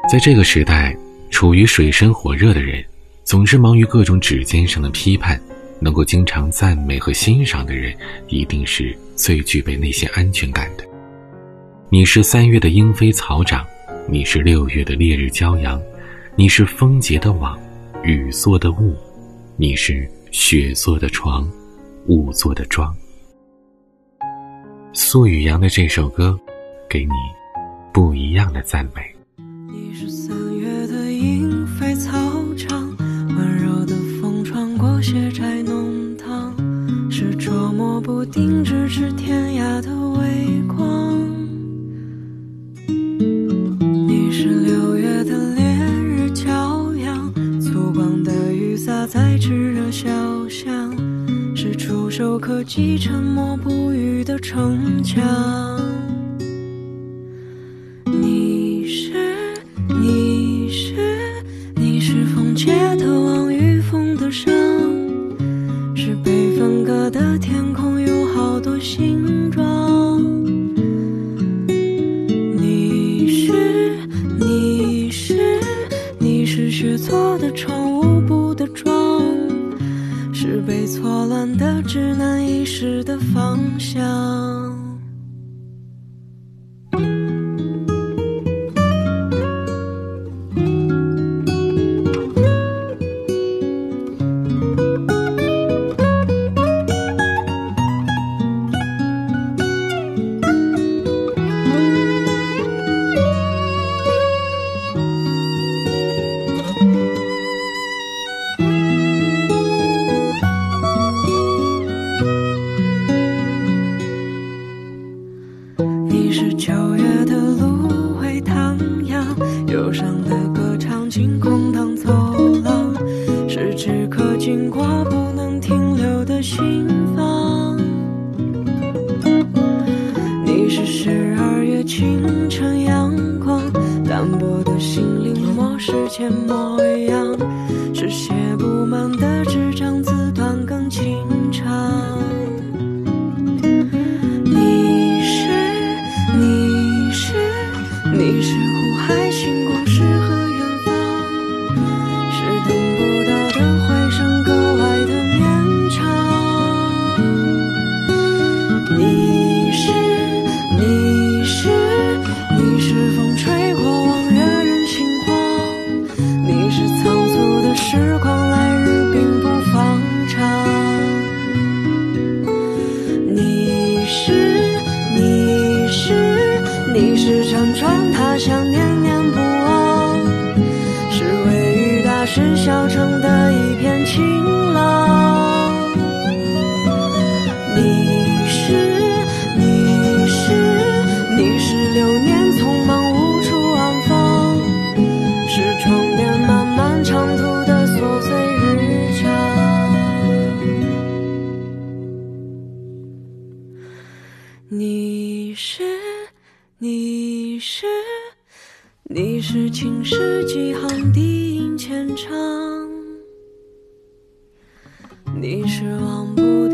在这个时代，处于水深火热的人，总是忙于各种指尖上的批判，能够经常赞美和欣赏的人，一定是最具备内心安全感的。你是3月的莺飞草长，你是6月的烈日骄阳，你是风结的网，雨做的雾，你是雪做的床，雾做的妆。苏雨阳的这首歌，给你不一样的赞美。 你是3月的莺飞草长，温柔的风穿过血债浓汤，是捉摸不定咫尺天涯的微光。你是6月的烈日骄阳，粗犷的雨洒在炽热小巷，是触手可及沉默不语的城墙。你是风结的网，与风的伤，是被分割的天空，有好多形状。你是雪做的床，无布的妆，是被错乱的指南，遗失的方向。你是9月的芦荟荡漾，忧伤的歌唱进空荡走廊，是只可经过不能停留的心房。你是12月清晨阳光，淡薄的心灵漠视前模样，是写不满的纸张，字短更清长。你是湖海星光，诗和远方，是等不到的回声，格外的绵长。你是风吹过往惹人心慌，你是仓促的时光，来日并不方长。你是辗转他乡，念念不忘，是微雨打湿小城的一片晴朗。你是流年匆忙无处安放，是窗边漫漫长途的琐碎日常。你是青史几行，低吟浅唱，你是忘不